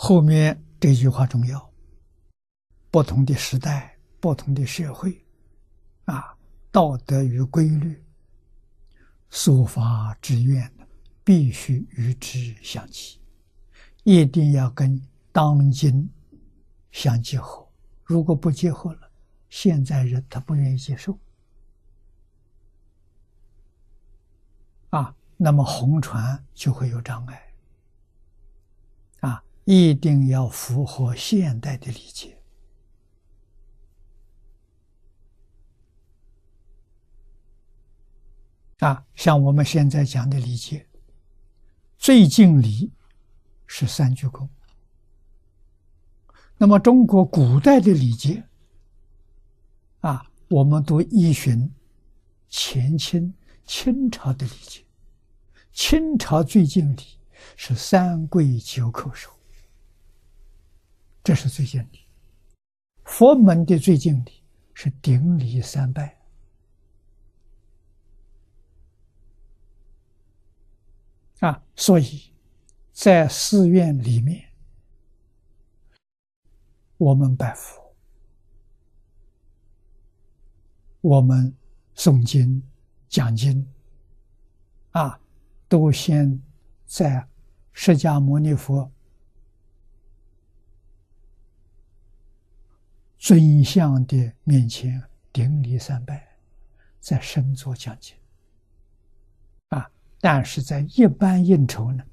后面这句话重要，不同的时代，不同的社会，道德与规律，所发之愿必须与之相契，一定要跟当今相结合。如果不结合了，现在人他不愿意接受那么红传就会有障碍一定要符合现代的理解像我们现在讲的理解，最近理是三鞠躬。那么中国古代的理解我们都依循前清朝的理解。清朝最近礼是三跪九叩首，这是最近礼。佛门的最近礼是顶礼三拜所以在寺院里面，我们拜佛，我们诵经讲经都先在释迦牟尼佛尊像的面前顶礼三拜，再深坐讲经但是在一般应酬呢，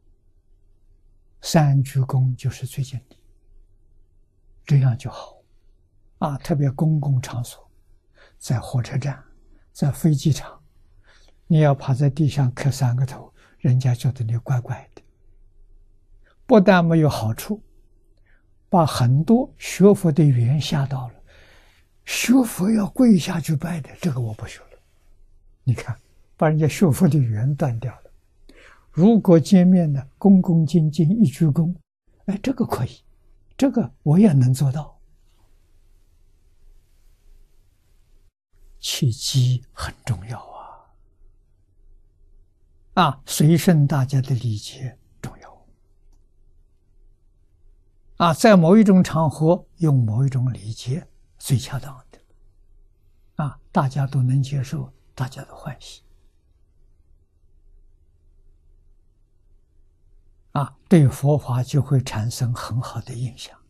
三鞠躬就是最近礼，这样就好特别公共场所，在火车站，在飞机场，你要趴在地上磕三个头，人家觉得你怪怪的。不但没有好处，把很多学佛的缘吓到了。学佛要跪下去拜的，这个我不学了。你看，把人家学佛的缘断掉了。如果见面呢，恭恭敬敬一鞠躬，这个可以，这个我也能做到。契机很重要随顺大家的礼节重要在某一种场合用某一种礼节最恰当的大家都能接受，大家都欢喜对佛法就会产生很好的影响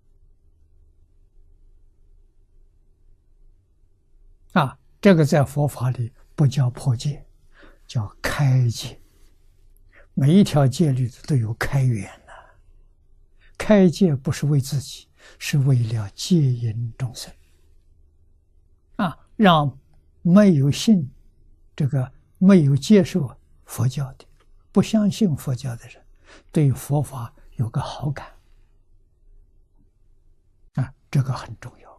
这个在佛法里不叫破戒，叫开戒。每一条戒律都有开源开戒不是为自己，是为了戒引众生让没有信没有接受佛教的，不相信佛教的人对佛法有个好感这个很重要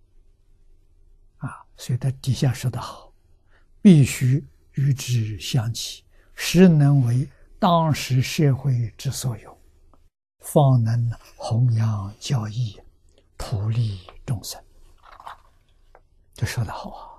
所以他底下说得好，必须与之相契，实能为当时社会之所有，方能弘扬教义，普利众生。这说得好